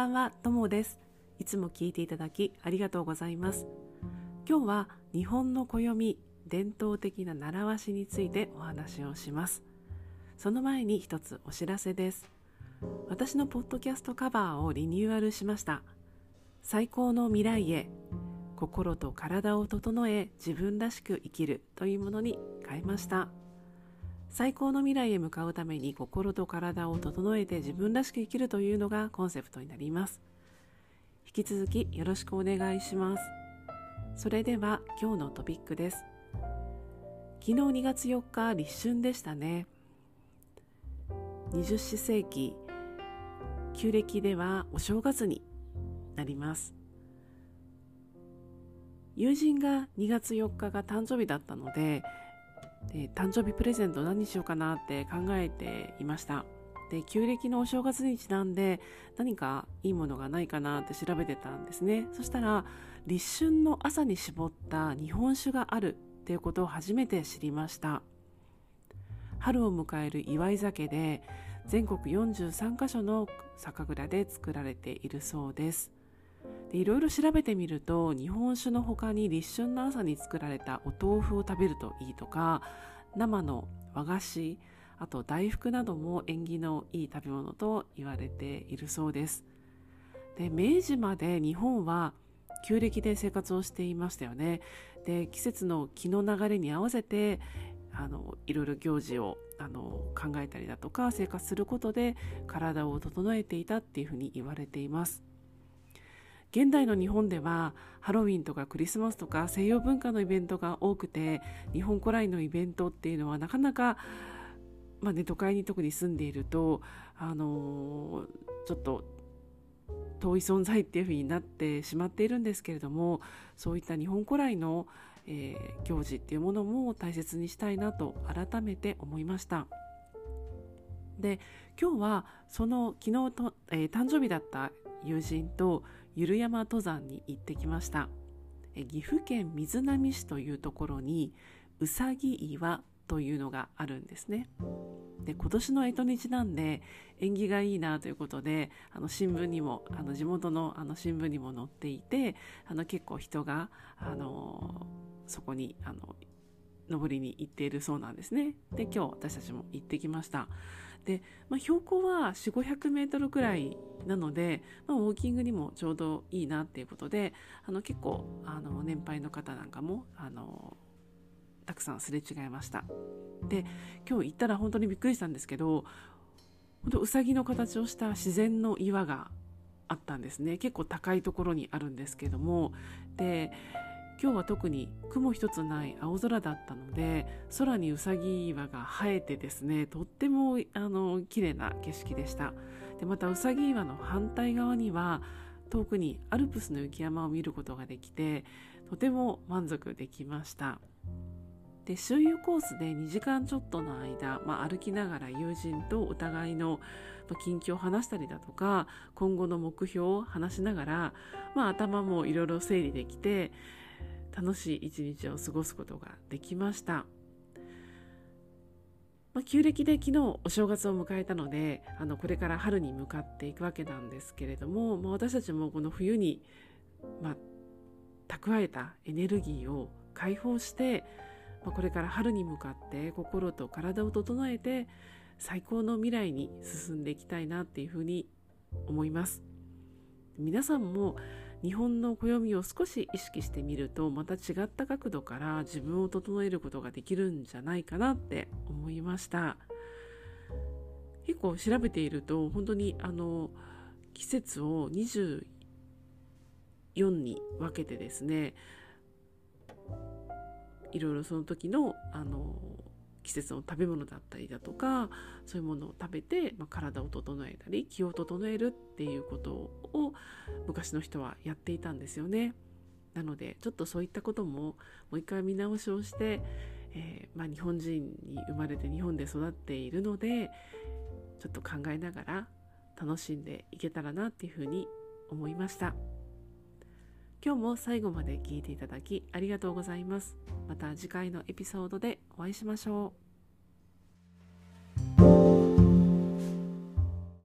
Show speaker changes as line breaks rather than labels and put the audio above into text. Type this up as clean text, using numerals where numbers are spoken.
んばんは、ともです。いつも聞いていただきありがとうございます。今日は日本の暦、伝統的な習わしについてお話をします。その前に一つお知らせです。私のポッドキャストカバーをリニューアルしました。最高の未来へ、心と体を整え自分らしく生きるというものに変えました。最高の未来へ向かうために心と体を整えて自分らしく生きるというのがコンセプトになります。引き続きよろしくお願いします。それでは今日のトピックです。昨日2月4日立春でしたね。20世世紀旧暦ではお正月になります。友人が2月4日が誕生日だったので、誕生日プレゼント何にしようかなって考えていました。で、旧暦のお正月にちなんで何かいいものがないかなって調べてたんですね。そしたら立春の朝に搾った日本酒があるっていうことを初めて知りました。春を迎える祝い酒で全国43カ所の酒蔵で作られているそうです。いろいろ調べてみると、日本酒の他に立春の朝に作られたお豆腐を食べるといいとか、生の和菓子、あと大福なども縁起のいい食べ物と言われているそうです。で、明治まで日本は旧暦で生活をしていましたよね。で、季節の気の流れに合わせていろいろ行事を考えたりだとか生活することで体を整えていたっていうふうに言われています。現代の日本ではハロウィンとかクリスマスとか西洋文化のイベントが多くて、日本古来のイベントっていうのはなかなか、都会に特に住んでいるとちょっと遠い存在っていうふうになってしまっているんですけれども、そういった日本古来の、行事っていうものも大切にしたいなと改めて思いました。で、今日はその昨日と、誕生日だった友人とゆる山登山に行ってきました。岐阜県瑞浪市というところにうさぎ岩というのがあるんですね。で、今年の干支にちなんで縁起がいいなということで、新聞にも地元の新聞にも載っていて、結構人がそこに登りに行っているそうなんですね。で、今日私たちも行ってきました。で、標高は4、500メートルくらいなので、ウォーキングにもちょうどいいなっていうことで、結構年配の方なんかもたくさんすれ違いました。で、今日行ったら本当にびっくりしたんですけど、本当うさぎの形をした自然の岩があったんですね。結構高いところにあるんですけども、で、今日は特に雲一つない青空だったので、空にうさぎ岩が生えてですね、とっても綺麗な景色でした。で、またうさぎ岩の反対側には遠くにアルプスの雪山を見ることができて、とても満足できました。で、周遊コースで2時間ちょっとの間、歩きながら友人とお互いの近況を話したりだとか、今後の目標を話しながら、頭もいろいろ整理できて楽しい一日を過ごすことができました。旧暦で昨日お正月を迎えたので、これから春に向かっていくわけなんですけれども、私たちもこの冬に、蓄えたエネルギーを解放して、これから春に向かって心と体を整えて最高の未来に進んでいきたいなっていうふうに思います。皆さんも日本の暦を少し意識してみると、また違った角度から自分を整えることができるんじゃないかなって思いました。結構調べていると本当に季節を24に分けてですね、いろいろその時の季節の食べ物だったりだとか、そういうものを食べて、体を整えたり気を整えるっていうことを昔の人はやっていたんですよね。なのでちょっとそういったことももう一回見直しをして、日本人に生まれて日本で育っているので、ちょっと考えながら楽しんでいけたらなっていうふうに思いました。今日も最後まで聞いていただきありがとうございます。また次回のエピソードでお会いしましょう。